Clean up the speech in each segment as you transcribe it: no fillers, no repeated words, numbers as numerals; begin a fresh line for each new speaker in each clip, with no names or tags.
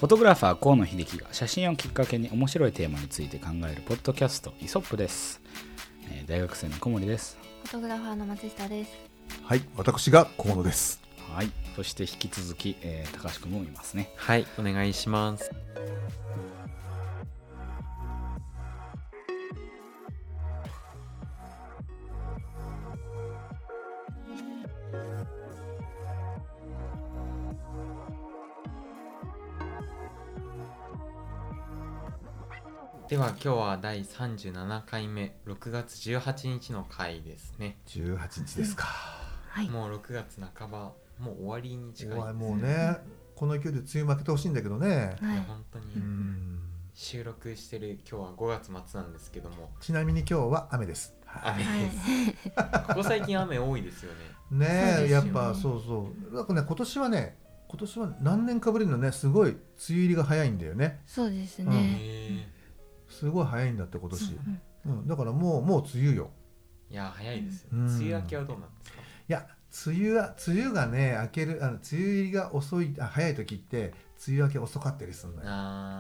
フォトグラファー河野秀樹が写真をきっかけに面白いテーマについて考えるポッドキャストイソップです。大学生の小森です。
フォトグラファーの松下です。
はい、私が河野です。
はい、そして引き続き、高橋君もいますね。
はい、お願いします。では今日は第37回目6月18日の回ですね。
18日ですか、
はい、
もう6月半ば、もう終わりに近いですね。
もうね、この勢いで梅雨負けてほしいんだけどね、
いや本当に収録してる今日は5月末なんですけども、
ちなみに今日は雨です。
雨です、ここ最近雨多いですよね。
ねえ、
そうですよね。
やっぱそうなんかね、今年は何年かぶりのね、すごい梅雨入りが早いんだよね。
そうです
へ
ね、
ー
すごい早いんだって今年、だからもう梅雨よ。
いや早いですよね。梅雨明けはどうなんですか？
いや、梅雨がね明ける、梅雨入りが早い時って梅雨明け遅かったりするのよ。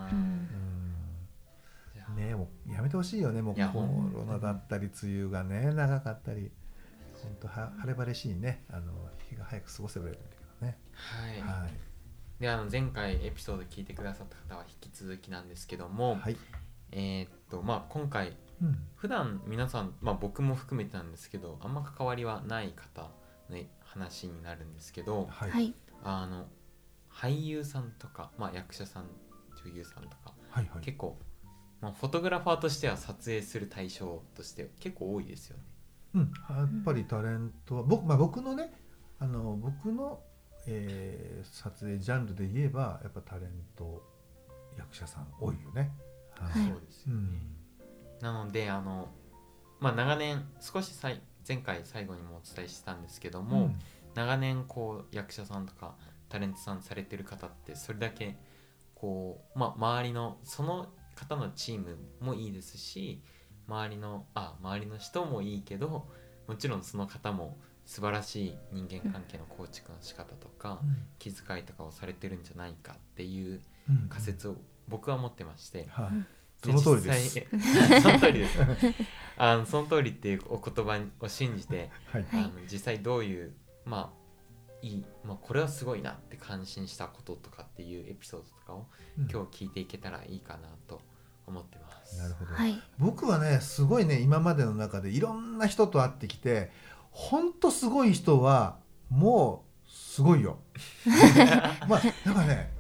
ねえ、もうやめてほしいよね。もうコロナだったり梅雨がね長かったり、本当晴れ晴れしいね、日が早く過ごせばいいんだけどね。
はい、で前回エピソード聞いてくださった方は引き続きなんですけども、
はい、
今回、普段皆さん、僕も含めてなんですけど、あんま関わりはない方の話になるんですけど、
はい、
俳優さんとか、役者さん、女優さんとか、
はいはい、
結構、フォトグラファーとしては撮影する対象として結構多いですよね。
やっぱりタレントは僕のね、僕の、撮影ジャンルで言えばやっぱタレント役者さん多いよね。
そうですよね。なので長年少し前回最後にもお伝えしたんですけども、長年こう役者さんとかタレントさんされてる方ってそれだけこう、周りのその方のチームもいいですし、周りの人もいいけど、もちろんその方も素晴らしい人間関係の構築の仕方とか、気遣いとかをされてるんじゃないかっていう仮説を僕は持ってまして、
その通りです。
その通りです。その通りっていうお言葉を信じて、実際どういうこれはすごいなって感心したこととかっていうエピソードとかを今日聞いていけたらいいかなと思ってます。
なるほど。僕はね、すごいね、今までの中でいろんな人と会ってきて、本当すごい人はもうすごいよ。だからね、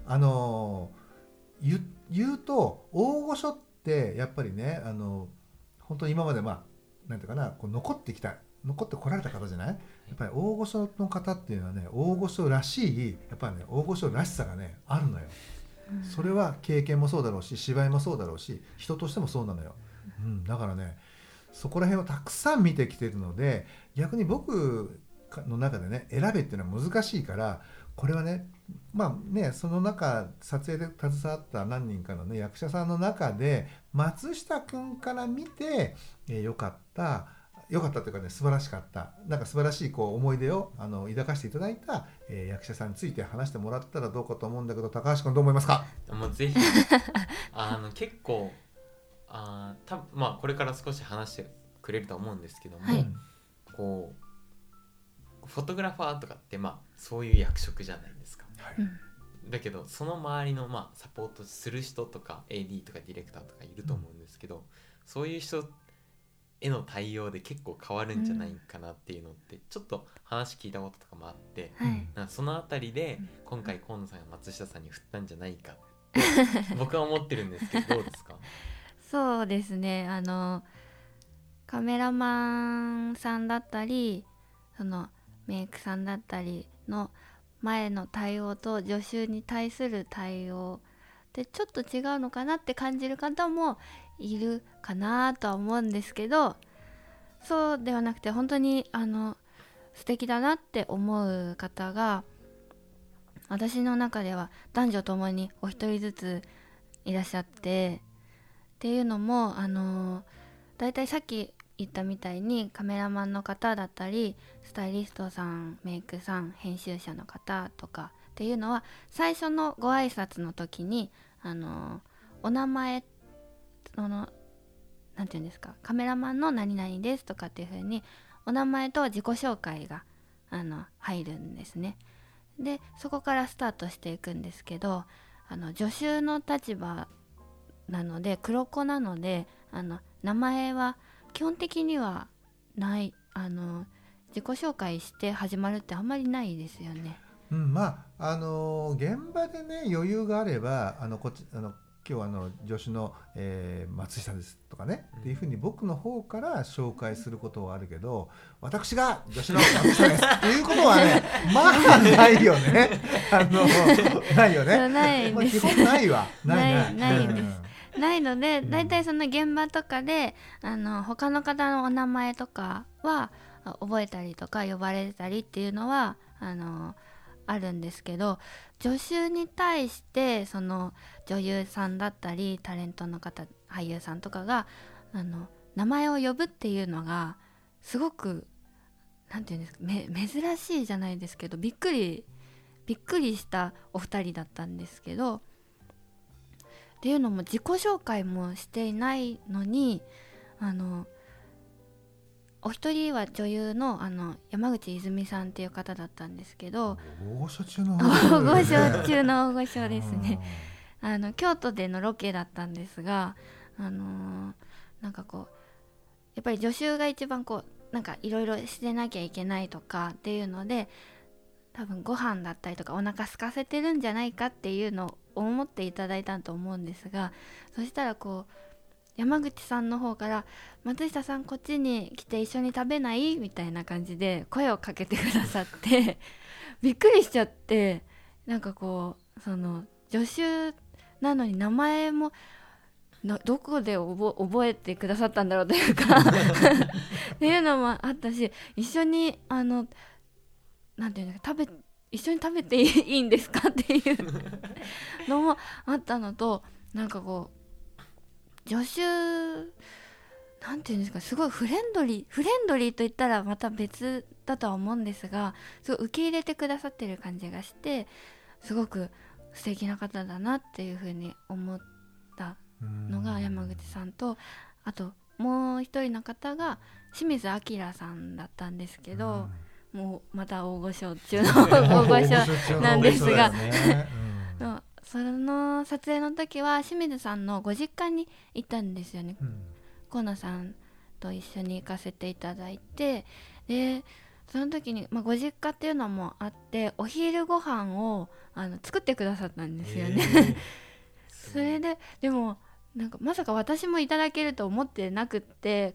言うと大御所ってやっぱりね、本当に今までなんていうかな、こう残ってこられた方じゃない？やっぱり大御所の方っていうのはね、大御所らしい、やっぱりね、大御所らしさがねあるのよ。それは経験もそうだろうし、芝居もそうだろうし、人としてもそうなのよ。だからね、そこら辺をたくさん見てきてるので、逆に僕の中でね、選べっていうのは難しいから、これはね、その中撮影で携わった何人かのね役者さんの中で松下くんから見て、よかったというかね、素晴らしかった、なんか素晴らしいこう思い出を抱かせていただいた、役者さんについて話してもらったらどうかと思うんだけど、高橋君どう思いますか？
もうぜひ結構これから少し話してくれると思うんですけども、こうフォトグラファーとかってそういう役職じゃないですか。だけどその周りのサポートする人とか AD とかディレクターとかいると思うんですけど、そういう人への対応で結構変わるんじゃないかなっていうのってちょっと話聞いたこととかもあって、そのあたりで今回河野さんが松下さんに振ったんじゃないかって僕は思ってるんですけど、どうですか？
そうですね、カメラマンさんだったり、そのメイクさんだったりの前の対応と助手に対する対応でちょっと違うのかなって感じる方もいるかなとは思うんですけど、そうではなくて本当に素敵だなって思う方が私の中では男女ともにお一人ずついらっしゃって、っていうのもだいたいさっき言ったみたいにカメラマンの方だったりスタイリストさん、メイクさん、編集者の方とかっていうのは、最初のご挨拶の時にお名前なんていうんですか、カメラマンの何々ですとかっていう風にお名前と自己紹介が入るんですね。でそこからスタートしていくんですけど、助手の立場なので、黒子なので名前は基本的にはない、自己紹介して始まるってあんまりないですよね。
まあ現場でね余裕があれば今日助手の、松下ですとかね、っていうふうに僕の方から紹介することはあるけど、私が助手の松下ですっていうことはねまあないよねないよね。
ないんです、
基本ないわ。
ないんです、ないので、だいたいその現場とかで他の方のお名前とかは覚えたりとか呼ばれたりっていうのはあるんですけど、助手に対してその女優さんだったりタレントの方、俳優さんとかが名前を呼ぶっていうのがすごくなんていうんですか、珍しいじゃないですけど、びっくりしたお二人だったんですけど、っていうのも自己紹介もしていないのにお一人は女優の山口泉さんっていう方だったんですけど、
大御所中の
大御所中の大御所ですね。京都でのロケだったんですが、なんかこうやっぱり助手が一番こうなんかいろいろしてなきゃいけないとかっていうので、多分ご飯だったりとかお腹空かせてるんじゃないかっていうのを思っていただいたと思うんですが、そしたらこう山口さんの方から松下さんこっちに来て一緒に食べないみたいな感じで声をかけてくださってびっくりしちゃって、なんかこうその助手なのに名前もどこで覚えてくださったんだろうというかっていうのもあったし、一緒になんていうんですか、一緒に食べていいんですかっていうのもあったのと、なんかこう助手なんていうんですか、すごいフレンドリーと言ったらまた別だとは思うんですが、すごい受け入れてくださってる感じがして、すごく素敵な方だなっていうふうに思ったのが山口さんと、あともう一人の方が清水明さんだったんですけど、もうまた大御所中の大御所なんですがその撮影の時は清水さんのご実家に行ったんですよね。河野さんと一緒に行かせていただいて、でその時に、ご実家っていうのもあってお昼ご飯を作ってくださったんですよねそれででもなんかまさか私もいただけると思ってなくって、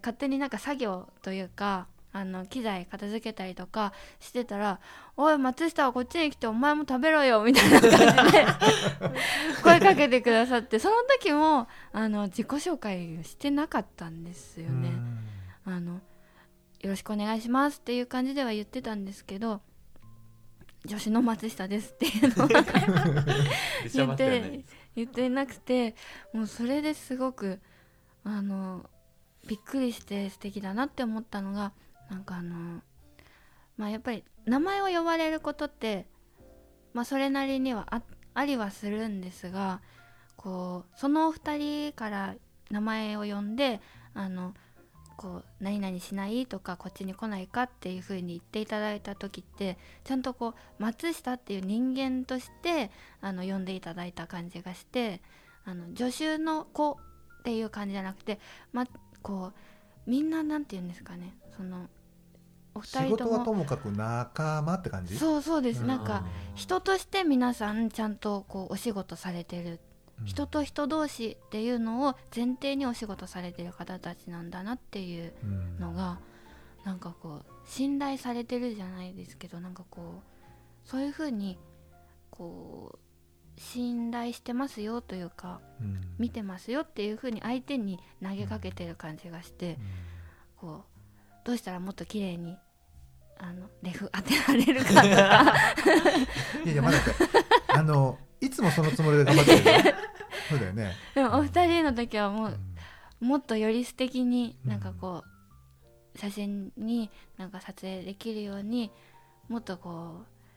勝手になんか作業というか機材片付けたりとかしてたら、おい松下はこっちに来てお前も食べろよみたいな感じで声かけてくださって、その時も自己紹介してなかったんですよね。よろしくお願いしますっていう感じでは言ってたんですけど、女子の松下ですっていうのは言ってなくて、もうそれですごくびっくりして素敵だなって思ったのが、なんかやっぱり名前を呼ばれることって、それなりにはありはするんですが、こうその二人から名前を呼んでこう何々しないとかこっちに来ないかっていう風に言っていただいた時って、ちゃんとこう松下っていう人間として呼んでいただいた感じがして、助手の子っていう感じじゃなくて、こうみんななんて言うんですかね、そのお二人とも
仕事はともかく仲間って感じ。
そうです、なんか人として皆さんちゃんとこうお仕事されてる、人と人同士っていうのを前提にお仕事されてる方たちなんだなっていうのが、なんかこう信頼されてるじゃないですけど、なんかこうそういう風にこう信頼してますよというか、見てますよっていう風に相手に投げかけてる感じがして、こうどうしたらもっと綺麗にレフ当てられるかとか
いや待っていつもそのつもりで頑張ってるよそうだよね。
でもお二人の時はもっとより素敵になんかこう写真になんか撮影できるようにもっとこう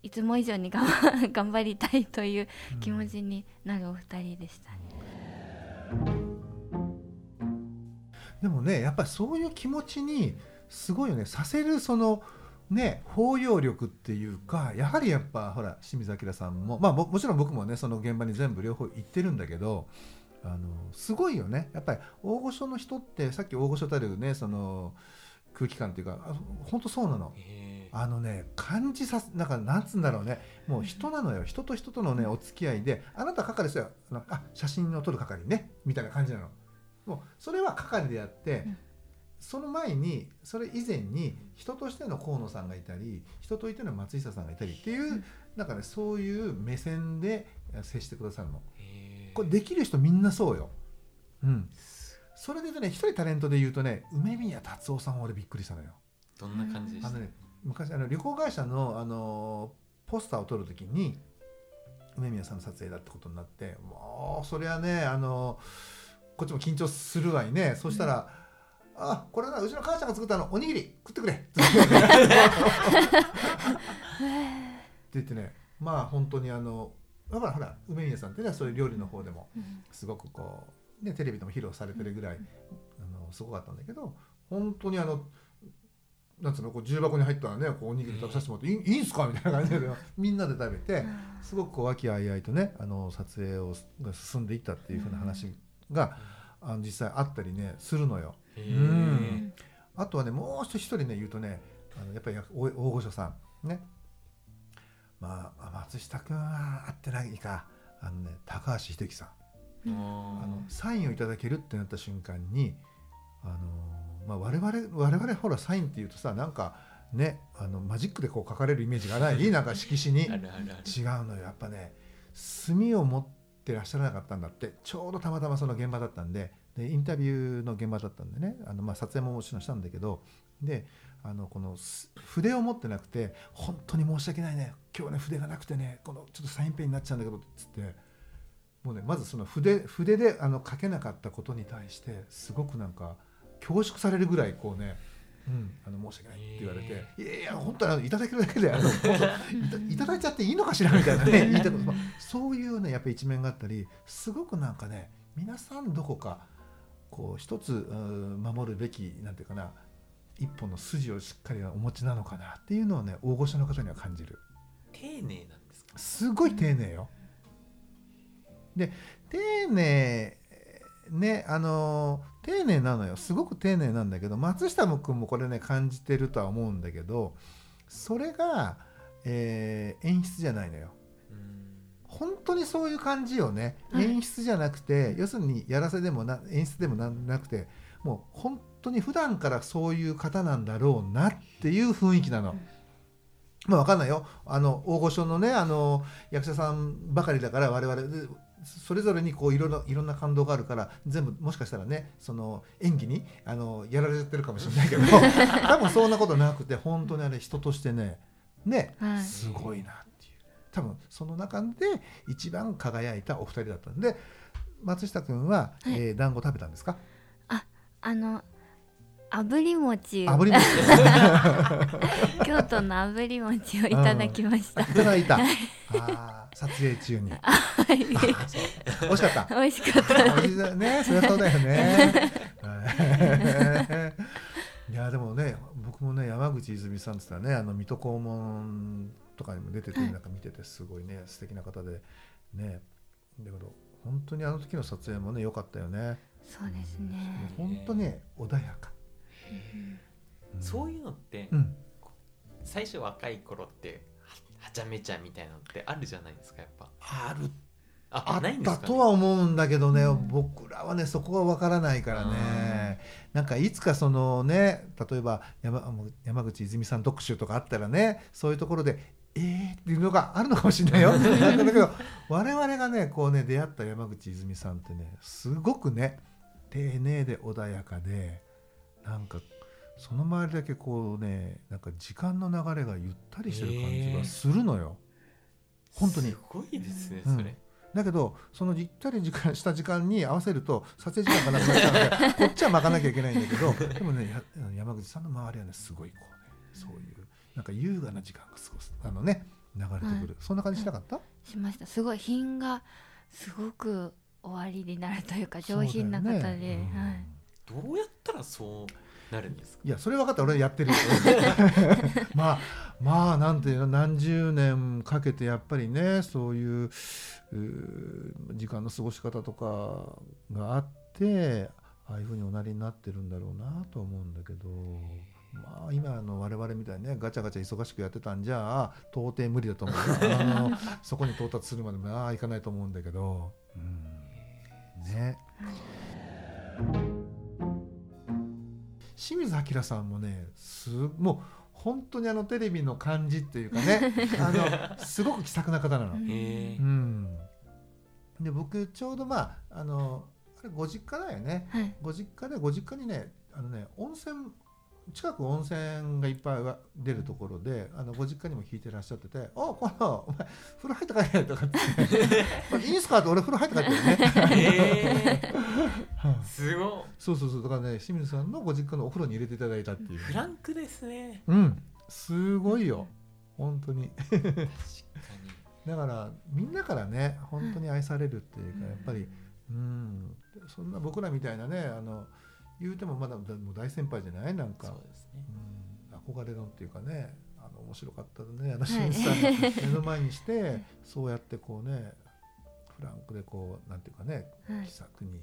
いつも以上に頑張りたいという気持ちになるお二人でしたね。
でもねやっぱりそういう気持ちにすごいよねさせるそのね包容力っていうかやはりやっぱほら清水明さんもまあ もちろん僕もねその現場に全部両方行ってるんだけどすごいよねやっぱり大御所の人ってさっき大御所たるねその空気感っていうか本当そうなの。感じさせなんつうんだろうねもう人なのよ人と人とのねお付き合いであなた係ですよ写真を撮る係ねみたいな感じなの。もうそれは係であって、その前にそれ以前に人としての河野さんがいたり人としての松下さんがいたりっていう、なんかねそういう目線で接してくださるの。これできる人みんなそうよ。それでね一人タレントで言うとね梅宮達夫さんは俺びっくりしたのよ。
どんな感じでした？
昔旅行会社の、ポスターを撮るときに梅宮さんの撮影だってことになってもうそれはねこっちも緊張するわいね。そしたら、これなうちの母ちゃんが作ったおにぎり食ってくれって言ってねまあ本当にだからほら梅宮さんってねそういう料理の方でもすごくこう、ね、テレビでも披露されてるぐらいすごかったんだけど本当になんつうのこう重箱に入ったらねこうおにぎり食べさせてもらっていいんすかみたいな感じでみんなで食べてすごくこう和気あいあいとね撮影が進んでいったっていう風な話が実際あったりねするのよ。あとはねもう一人ね言うとねやっぱり大御所さんねまあ松下君は会ってないか高橋秀樹さんサインをいただけるってなった瞬間に我々ほらサインっていうとさなんかねマジックでこう書かれるイメージがないなんか色紙に違うのよやっぱね墨を持ってらっしゃらなかったんだってちょうどたまたまその現場だったんでインタビューの現場だったんでね撮影ももちろんしたんだけどでこの筆を持ってなくて本当に申し訳ないね今日ね筆がなくてねこのちょっとサインペンになっちゃうんだけどっつってもうねまずその筆で書けなかったことに対してすごくなんか恐縮されるぐらいこうね、申し訳ないって言われていや本当にいただけるだけでいただいちゃっていいのかしらみたいなね言いたいことそういうねやっぱり一面があったりすごくなんかね皆さんどこかこう一つ守るべきなんていうかな一本の筋をしっかりお持ちなのかなっていうのをね大御所の方には感じる。
丁寧なんですか？
すごい丁寧よ。で丁寧ね丁寧なのよすごく丁寧なんだけど松下君もこれね感じてるとは思うんだけどそれが、演出じゃないのよ。本当にそういう感じよね。演出じゃなくて要するにやらせでも演出でもなくてもう本当に普段からそういう方なんだろうなっていう雰囲気なの。まあ分かんないよ大御所のね役者さんばかりだから我々それぞれにこういろんな感動があるから全部もしかしたらねその演技にやられちゃってるかもしれないけど多分そんなことなくて本当にあれ人としてねすごいなっていう多分その中で一番輝いたお二人だったんで松下君は、団子食べたんですか？
炙り餅京都の炙り餅をいただきました。
いただいた撮影中に美味しかった。
美味しかった
ね。そりゃそうだよね。いやでもね僕もね山口泉さんって言ったらね水戸黄門とかにも出ててなんか見ててすごいね素敵な方でねだけど本当にあの時の撮影もね良かったよね。
そうですね。
本当ね穏やか。
そういうのって、最初若い頃ってはちゃめちゃみたいなのってあるじゃないですかやっぱ。あ
ったとは思うんだけどね、僕らはねそこは分からないからね。なんかいつかそのね例えば山口泉さん特集とかあったらねそういうところでっていうのがあるのかもしれないよ。だけど我々がねこうね出会った山口泉さんってねすごくね丁寧で穏やかでなんかその周りだけこうねなんか時間の流れがゆったりしてる感じがするのよ。本当に
すごいですねそれ。
だけどそのゆったりした時間に合わせると撮影時間がなくなっちゃうのでこっちは巻かなきゃいけないんだけどでもね山口さんの周りはねすごいこうねそういうなんか優雅な時間が過ごす流れてくる、そんな感じしなかった？
しました。すごい品がすごくおありになるというか上品な方で、
どうやったらそうなるんですか？
いやそれ分かった、俺やってるまあなんていうの、何十年かけてやっぱりねそういう時間の過ごし方とかがあって、ああいうふうにおなりになってるんだろうなと思うんだけど、まあ今の我々みたいにねガチャガチャ忙しくやってたんじゃ到底無理だと思うそこに到達するまでいかないと思うんだけど、ね。清水明さんもねもう本当にテレビの感じっていうかねすごく気さくな方なの。で僕ちょうどあれご実家だよね、ご実家にね温泉近く温泉がいっぱい出るところでご実家にも引いてらっしゃってて「お前風呂入って帰れ」とかって「いいんすか?」って俺風呂入って帰ってるね
すごい。
そうだからね清水さんのご実家のお風呂に入れていただいたっていう。
フランクですね。
すごいよ本当に
確かに。
だからみんなからね本当に愛されるっていうか、やっぱりそんな僕らみたいなね言うてもまだもう大先輩じゃない、なんか
そうですね、
憧れのっていうかね面白かったね清水さんの目の前にしてそうやってこうねフランクでこうなんていうかね気さくに、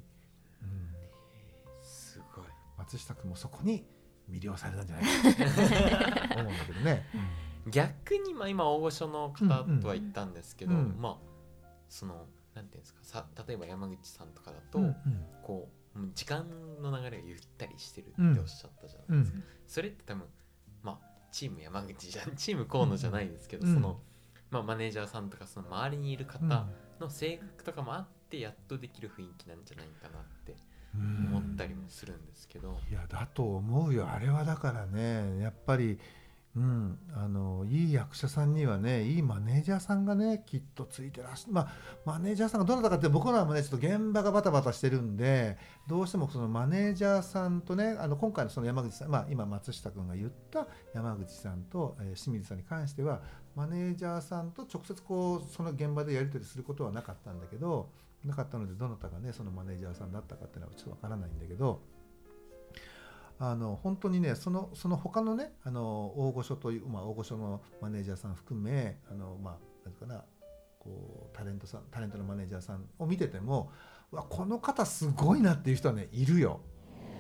すごい。
松下君もそこに魅了されたんじゃないかと思うんだけどね。
逆に今大御所の方とは言ったんですけど、そのなんていうんですか、例えば山口さんとかだと、こう時間の流れがゆったりしてるっておっしゃったじゃないですか、それって多分チーム山口じゃん、チーム河野じゃないですけど、そのマネージャーさんとかその周りにいる方の性格とかもあってやっとできる雰囲気なんじゃないかなって思ったりもするんですけど。
いやだと思うよ。あれはだからねやっぱりいい役者さんにはねいいマネージャーさんがねきっとついてらっしゃる。マネージャーさんがどなたかって僕らもねちょっと現場がバタバタしてるんでどうしてもそのマネージャーさんとね今回のその山口さん、今松下君が言った山口さんと、清水さんに関してはマネージャーさんと直接こうその現場でやり取りすることはなかったんだけど、なかったのでどなたがねそのマネージャーさんだったかっていうのはちょっとわからないんだけど、本当にねその他のね大御所という、大御所のマネージャーさん含めなんかなこうタレントのマネージャーさんを見ててもこの方すごいなっていう人はねいるよ。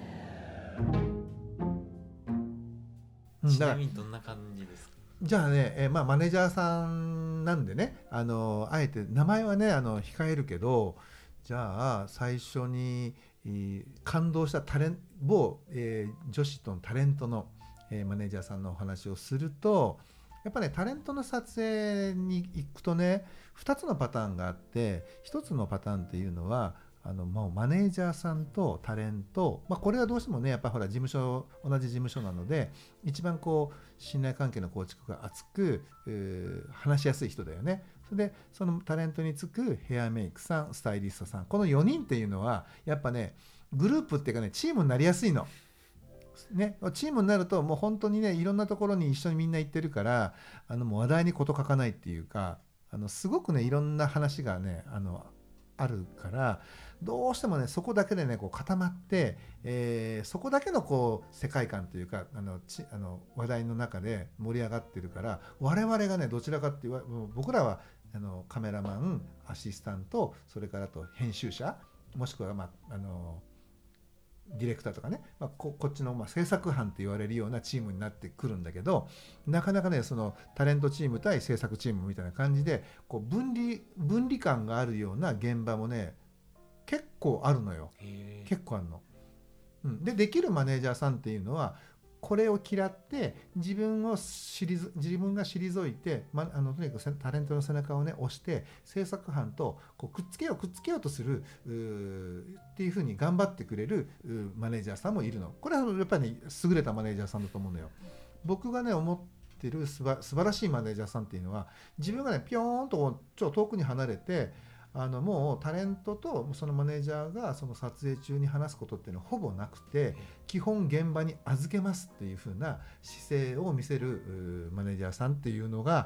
ちなみにどんな感じですか？
じゃあね、マネージャーさんなんでねあえて名前はね控えるけど、じゃあ最初に感動した某、女子とのタレントの、マネージャーさんのお話をすると、やっぱねタレントの撮影に行くとね2つのパターンがあって、1つのパターンっていうのはもうマネージャーさんとタレント、これはどうしてもねやっぱほら同じ事務所なので一番こう信頼関係の構築が厚く話しやすい人だよね。それでそのタレントにつくヘアメイクさん、スタイリストさん、この4人っていうのはやっぱねグループっていうかねチームになりやすいの。ね、チームになるともう本当にねいろんなところに一緒にみんな行ってるからもう話題に事欠かないっていうかすごくねいろんな話がねあるからどうしてもねそこだけでねこう固まって、そこだけのこう世界観というか話題の中で盛り上がってるから、我々がねどちらかっていうと僕らはカメラマン、アシスタント、それからと編集者もしくはディレクターとかね、こっちの制作班と言われるようなチームになってくるんだけど、なかなかねそのタレントチーム対制作チームみたいな感じでこう分離感があるような現場もね結構あるのよ。結構あるの。できるマネージャーさんっていうのはこれを嫌って自分が退いて、とにかくタレントの背中をね押して制作班とこうくっつけようとするっていう風に頑張ってくれるマネージャーさんもいるの。これはやっぱり、ね、優れたマネージャーさんだと思うのよ。僕がね思ってる素晴らしいマネージャーさんっていうのは自分がねピョーンとちょっと遠くに離れてもうタレントとそのマネージャーがその撮影中に話すことっていうのはほぼなくて、基本現場に預けますっていう風な姿勢を見せるマネージャーさんっていうのが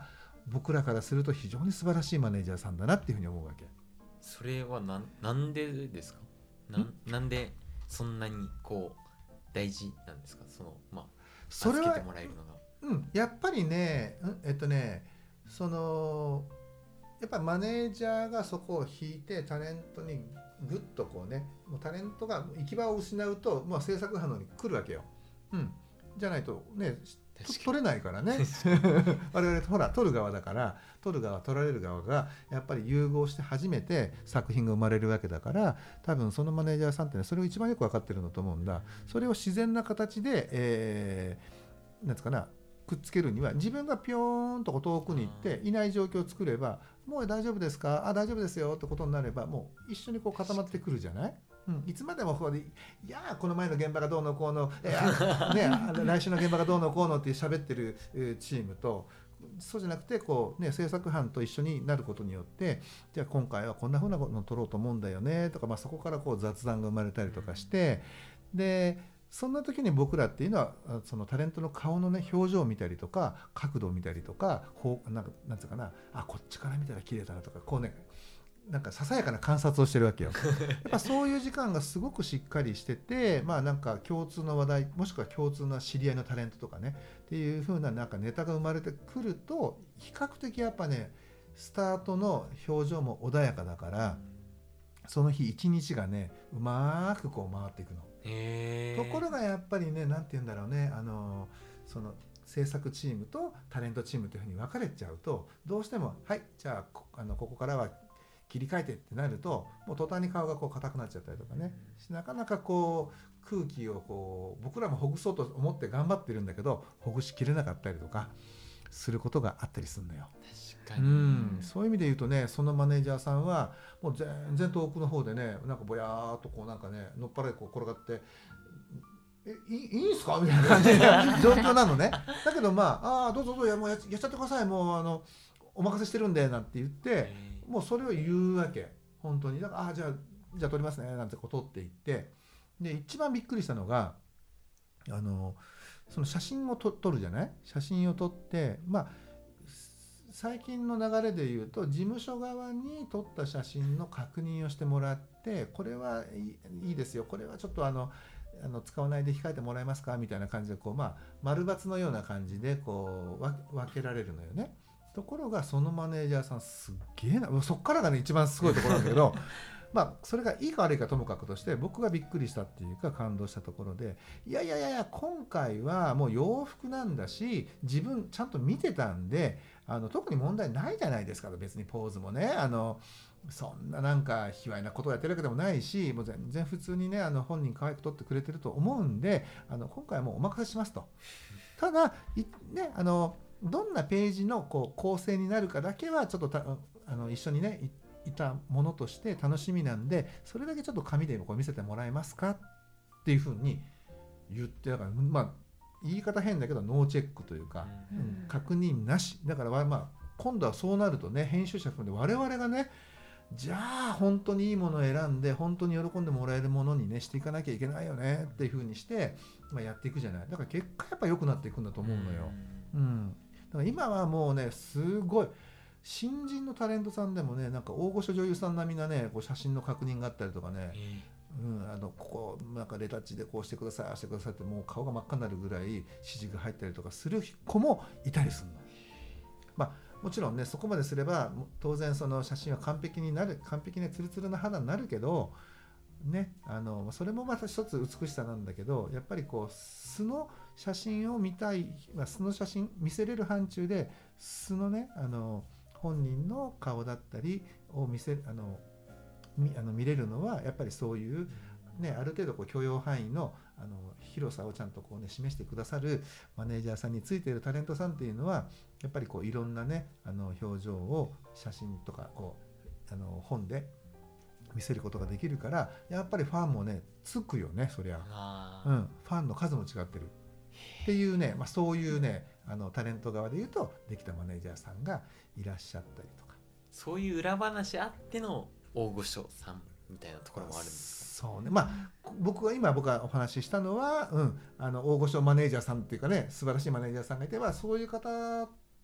僕らからすると非常に素晴らしいマネージャーさんだなっていうふうに思うわけ。
それはなんでですか？なんでそんなにこう大事なんですか？
それは
助けてもらえるのが。
やっぱりね、そのやっぱりマネージャーがそこを引いてタレントにグッとこうね、もうタレントが行き場を失うと、制作班の方に来るわけよ。じゃないとね取れないからね我々ほら撮る側だから、撮る側撮られる側がやっぱり融合して初めて作品が生まれるわけだから、多分そのマネージャーさんってねそれを一番よく分かってるんだと思うんだ。それを自然な形で、なんつうかな、くっつけるには自分がピョーンと遠くに行っていない状況を作れば、もう大丈夫ですか、大丈夫ですよってことになれば、もう一緒にこう固まってくるじゃない。いつまでもここでいやこの前の現場がどうのこうの、来週の現場がどうのこうのって喋ってるチームと、そうじゃなくてこう、制作班と一緒になることによって、じゃあ今回はこんな風なのを撮ろうと思うんだよねとか、そこからこう雑談が生まれたりとかして、でそんな時に僕らっていうのはそのタレントの顔のね表情を見たりとか角度を見たりとか、なんつうかな、こっちから見たら綺麗だなとか、こうねなんかささやかな観察をしてるわけよ。やっぱそういう時間がすごくしっかりしてて、なんか共通の話題、もしくは共通な知り合いのタレントとかねっていう風ななんかネタが生まれてくると、比較的やっぱねスタートの表情も穏やかだから、その日一日がねうまくこう回っていくの。ところがやっぱりね、なんて言うんだろうね、その制作チームとタレントチームというふうに分かれちゃうと、どうしてもじゃあここからは切り替えてってなると、もう途端に顔がこう硬くなっちゃったりとかね、なかなかこう空気をこう僕らもほぐそうと思って頑張ってるんだけど、ほぐしきれなかったりとかすることがあったりするのよ。
確かに、
そういう意味で言うとね、そのマネージャーさんはもう全然遠くの方でね、なんかぼやーっとこうなんかねのっぱらでこう転がって、いいんすかみたいな感じの状況なのね。だけどどうぞどうぞ、もうやっちゃってください、もうお任せしてるんでなんて言って、もうそれを言うわけ本当に。だからじゃあ撮りますねなんてこう撮っていって、で一番びっくりしたのがその写真を撮るじゃない。写真を撮って最近の流れで言うと、事務所側に撮った写真の確認をしてもらって、これはいいですよ、これはちょっと使わないで控えてもらえますかみたいな感じでこう、丸×のような感じでこう分けられるのよね。ところがそのマネージャーさんすっげえな、そっからがね一番すごいところなんだけどそれがいいか悪いかともかくとして、僕がびっくりしたっていうか感動したところで、いや今回はもう洋服なんだし、自分ちゃんと見てたんで特に問題ないじゃないですかと。別にポーズもねそんななんか卑猥なことをやってるわけでもないし、もう全然普通にね本人可愛く撮ってくれてると思うんで、今回はもうお任せしますと。ただどんなページのこう構成になるかだけはちょっと一緒にねいたものとして楽しみなんで、それだけちょっと紙でこう見せてもらえますかっていうふうに言って、だから言い方変だけどノーチェックというか、確認なしだから、今度はそうなるとね、編集者含んで我々がね、じゃあ本当にいいものを選んで本当に喜んでもらえるものにねしていかなきゃいけないよねっていうふうにして、やっていくじゃない。だから結果やっぱ良くなっていくんだと思うのよ。だから今はもうねすごい新人のタレントさんでもね、なんか大御所女優さん並みなねこう写真の確認があったりとかね、ここなんかレタッチでこうしてください、ああしてくださいって、もう顔が真っ赤になるぐらい指示が入ったりとかする子もいたりするの。もちろんねそこまですれば当然その写真は完璧にツルツルな肌になるけどね、それもまた一つ美しさなんだけど、やっぱりこう素の写真を見たい、素の写真見せれる範疇で素のね本人の顔だったりを見れるのはやっぱりそういうね、ある程度こう許容範囲の広さをちゃんとこうね示してくださるマネージャーさんについているタレントさんっていうのはやっぱりこういろんなね表情を写真とかこう本で見せることができるから、やっぱりファンもねつくよね、そりゃ。ファンの数も違ってるっていうね、そういうねタレント側でいうとできたマネージャーさんがいらっしゃったりとか、
そういう裏話あっての大御所さんみたいなところもあるんですか？
そうね、僕がお話ししたのは、大御所マネージャーさんっていうかね、素晴らしいマネージャーさんがいて、そういう方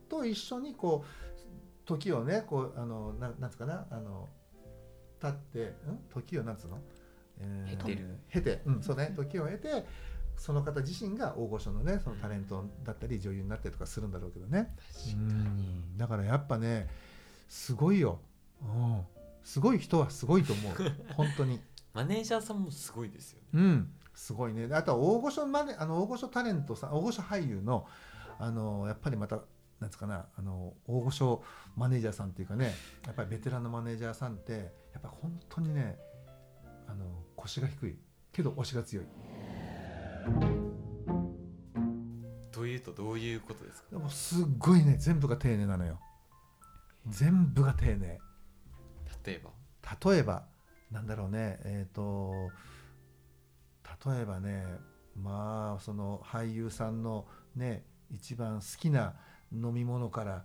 と一緒にこう時をねこうなんつうかな経って時をなんつうの、経て、そうね、時を経てその方自身が大御所のねそのタレントだったり女優になったりとかするんだろうけどね。だからやっぱねすごいよ、すごい人はすごいと思う本当に。
マネージャーさんもすごいですよね。
すごいね。あとは大御所タレントさん、大御所俳優のやっぱりまたなんつうかな大御所マネージャーさんっていうかね、やっぱりベテランのマネージャーさんってやっぱり本当にね腰が低いけど押しが強い。
というとどういうことですか？
でもすっごいね全部が丁寧なのよ。全部が丁寧。
例えば
なんだろうね、例えばね、まあその俳優さんのね一番好きな飲み物から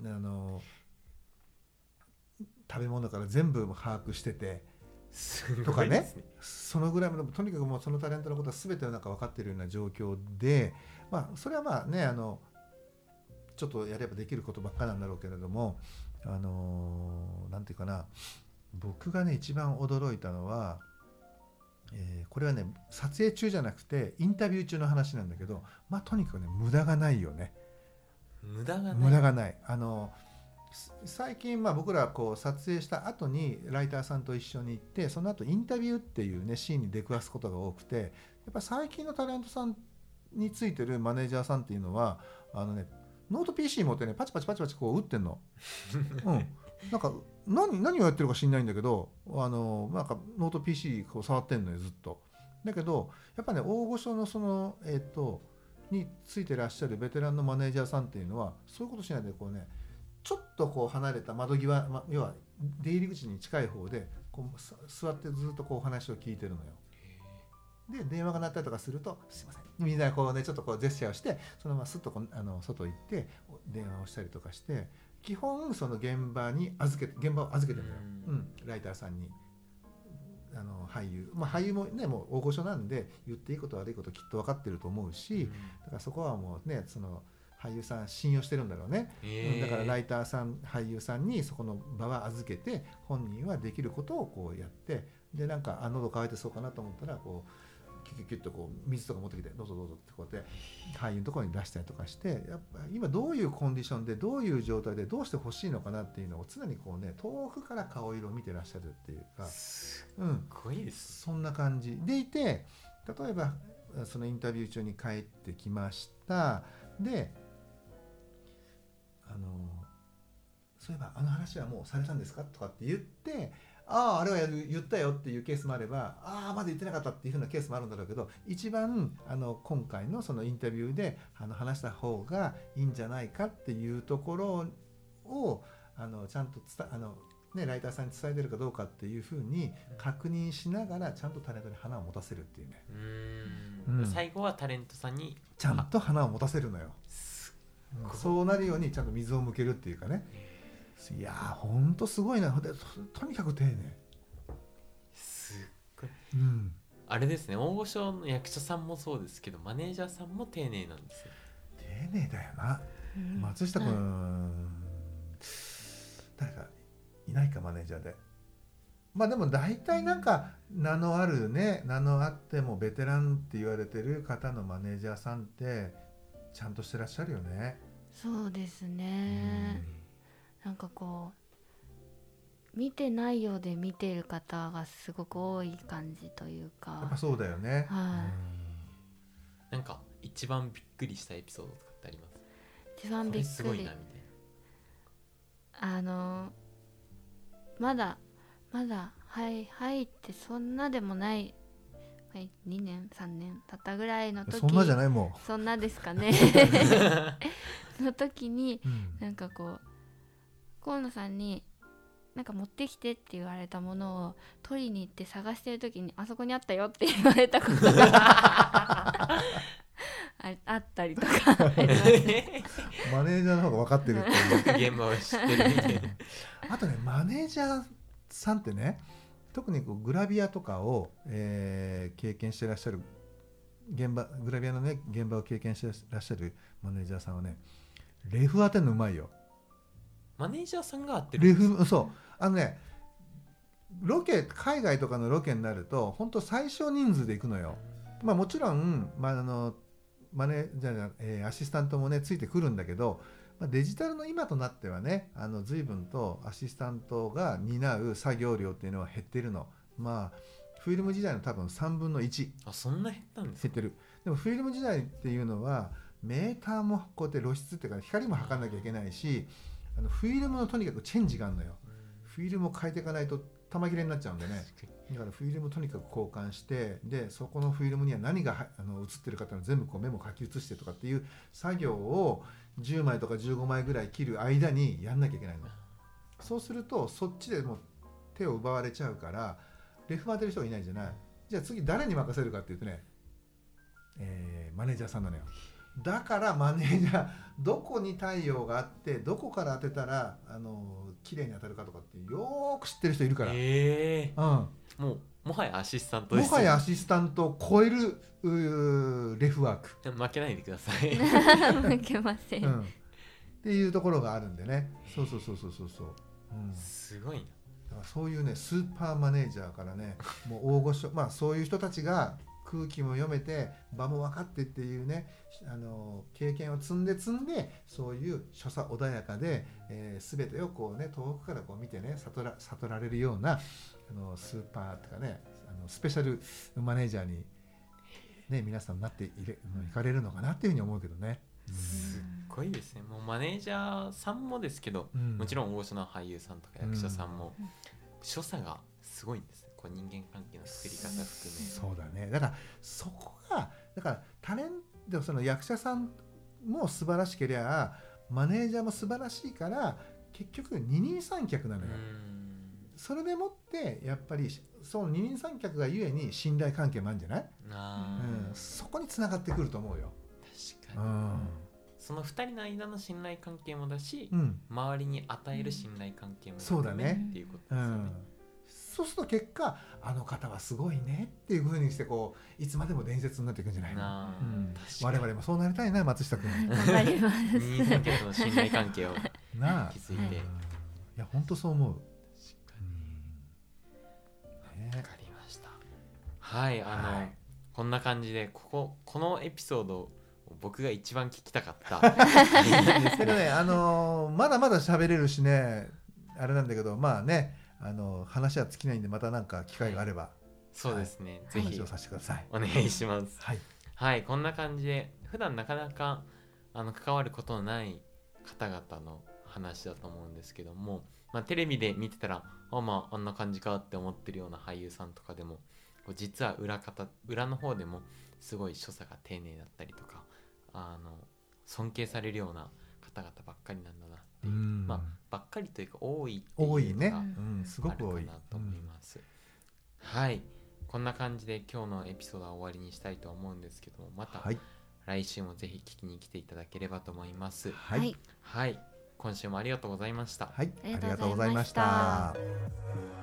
食べ物から全部把握しててとかね、そのぐらいのとにかくもうそのタレントのことは全ての中分かっているような状況で、まあそれはまあねちょっとやればできることばっかなんだろうけれども、なんていうかな、僕がね一番驚いたのは、これはね撮影中じゃなくてインタビュー中の話なんだけど、まあとにかくね無駄がないよね。無駄がない。最近僕らこう撮影した後にライターさんと一緒に行って、その後インタビューっていうねシーンに出くわすことが多くて、やっぱ最近のタレントさんについてるマネージャーさんっていうのはノート PC 持ってねパチパチこう打ってんの。なんか何をやってるか知んないんだけど、なんかノート PC こう触ってんのよずっと。だけどやっぱね大御所のそのについてらっしゃるベテランのマネージャーさんっていうのはそういうことしないでこうねちょっとこう離れた窓際、要は出入り口に近い方でこう座ってずっとこうお話を聞いてるのよ。で電話が鳴ったりとかするとすいませんみんなこうねちょっとこうジェスチャーをしてそのまますっとこう外行って電話をしたりとかして、基本その現場を預けてるのよ、ライターさんに。俳優もねもう大御所なんで言っていいこと悪いこときっと分かってると思うし、だからそこはもうねその俳優さん信用してるんだろうね。だからライターさん俳優さんにそこの場は預けて本人はできることをこうやって、でなんか喉乾いてそうかなと思ったらこうキュッとこう水とか持ってきてどうぞってこうやって俳優のところに出したりとかして、やっぱ今どういうコンディションでどういう状態でどうしてほしいのかなっていうのを常にこうね遠くから顔色を見てらっしゃるっていうか、
すごいです、
そんな感じでいて、例えばそのインタビュー中に帰ってきました。でそういえば話はもうされたんですかとかって言って、あれは言ったよっていうケースもあれば、まだ言ってなかったっていう風なケースもあるんだろうけど、一番今回のそのインタビューで話した方がいいんじゃないかっていうところをちゃんとライターさんに伝えてるかどうかっていう風に確認しながらちゃんとタレントに花を持たせるっていうね。
最後はタレントさんに
ちゃんと花を持たせるのよ。そうなるようにちゃんと水を向けるっていうかね。いやーほんとすごいな。とにかく丁寧。
すっごい、あれですね、大御所の役者さんもそうですけどマネージャーさんも丁寧なんですよ。
丁寧だよな、松下君、誰かいないかマネージャーで。でも大体なんか名のあってもベテランって言われてる方のマネージャーさんってちゃんとしてらっしゃるよね。
そうですね、なんかこう見てないようで見てる方がすごく多い感じというか。
やっぱそうだよね。
なんか一番びっくりしたエピソードとかってあります？
一番びっくり、
すごいなみたい
な。まだ入ってそんなでもない、2年3年経ったぐらいの時、
そんなじゃないもん。
そんなですかねの時に、なんかこう河野さんになんか持ってきてって言われたものを取りに行って探してる時にあそこにあったよって言われたことがあったりとか
マネージャーの方が分かってるっていう
現場を知ってるみたいな
あとねマネージャーさんってね、特にこうグラビアとかを、経験してらっしゃるグラビアのね現場を経験してらっしゃるマネージャーさんはね、 レフ当てるのうまいよ。
マネージャーさんが当てるんですか？
そうロケ、海外とかのロケになると本当最小人数で行くのよ。まあもちろん、マネージャー、アシスタントもねついてくるんだけど、デジタルの今となってはね、随分とアシスタントが担う作業量っていうのは減ってるの。まあフィルム時代の多分3分の1。
そんな減ったんですか？
減ってる。でもフィルム時代っていうのはメーターもこうやって露出っていうか光も測らなきゃいけないし、フィルムのとにかくチェンジがあるのよ。フィルムを変えていかないと玉切れになっちゃうんでね。だからフィルムとにかく交換して、でそこのフィルムには何が映ってるかっていうのを全部こうメモ書き写してとかっていう作業を10枚とか15枚ぐらい切る間にやんなきゃいけないの。そうするとそっちでもう手を奪われちゃうから、レフ当てる人がいないじゃない。じゃあ次誰に任せるかっていうとね、マネージャーさんなのよ。だからマネージャーどこに太陽があってどこから当てたら綺麗に当たるかとかってよーく知ってる人いるから、
もはやアシスタントですよ。
もはやアシスタントを超えるレフワーク。
負けないでください。
負けません、
っていうところがあるんでね。そう、
すごいな。
だからそういうねスーパーマネージャーからね、もう大御所、そういう人たちが空気も読めて場も分かってっていうね、経験を積んでそういう所作穏やかで、全てをこうね遠くからこう見てね悟られるようなスーパーとかねスペシャルマネージャーに、ね、皆さんなっていかれるのかなっていうふうに思うけどね。
すっごいですね。もうマネージャーさんもですけど、もちろん大御所の俳優さんとか役者さんも、所作がすごいんですね。こう人間関係の作り方含め。
そうだね。だからそこがタレント、その役者さんも素晴らしければマネージャーも素晴らしいから、結局二人三脚なのよ。それでもってやっぱりその二人三脚がゆえに信頼関係もあるんじゃない？そこに繋がってくると思うよ。
確かに、その2人の間の信頼関係もだし、周りに与える信頼関係も含めっていうことですよね。
そうすると結果あの方はすごいねっていう風にしてこういつまでも伝説になっていくんじゃないの？我々もそうなりたいな、松下君。
頑張ります。
二人三脚の信頼関係を築いて。
いや本当そう思う。
わかりました。はい、こんな感じでこのエピソード僕が一番聞きたかった
けどね、まだまだ喋れるしね、あれなんだけど、まあね、話は尽きないんで、またなんか機会があれば、
そうですね、ぜひ
話をさせてください。
お願いします。
はい、
はい、こんな感じで普段なかなか関わることのない方々の話だと思うんですけども、テレビで見てたらあんな感じかって思ってるような俳優さんとかでも、実は裏の方でもすごい所作が丁寧だったりとか、尊敬されるような方々ばっかりなんだなっていう、ばっかりというか多いっていうのが
すごく多い
かなと思います。はい、こんな感じで今日のエピソードは終わりにしたいと思うんですけども、また来週もぜひ聞きに来ていただければと思います。はい、今週もありがとうございました。
はい、ありがとうございました。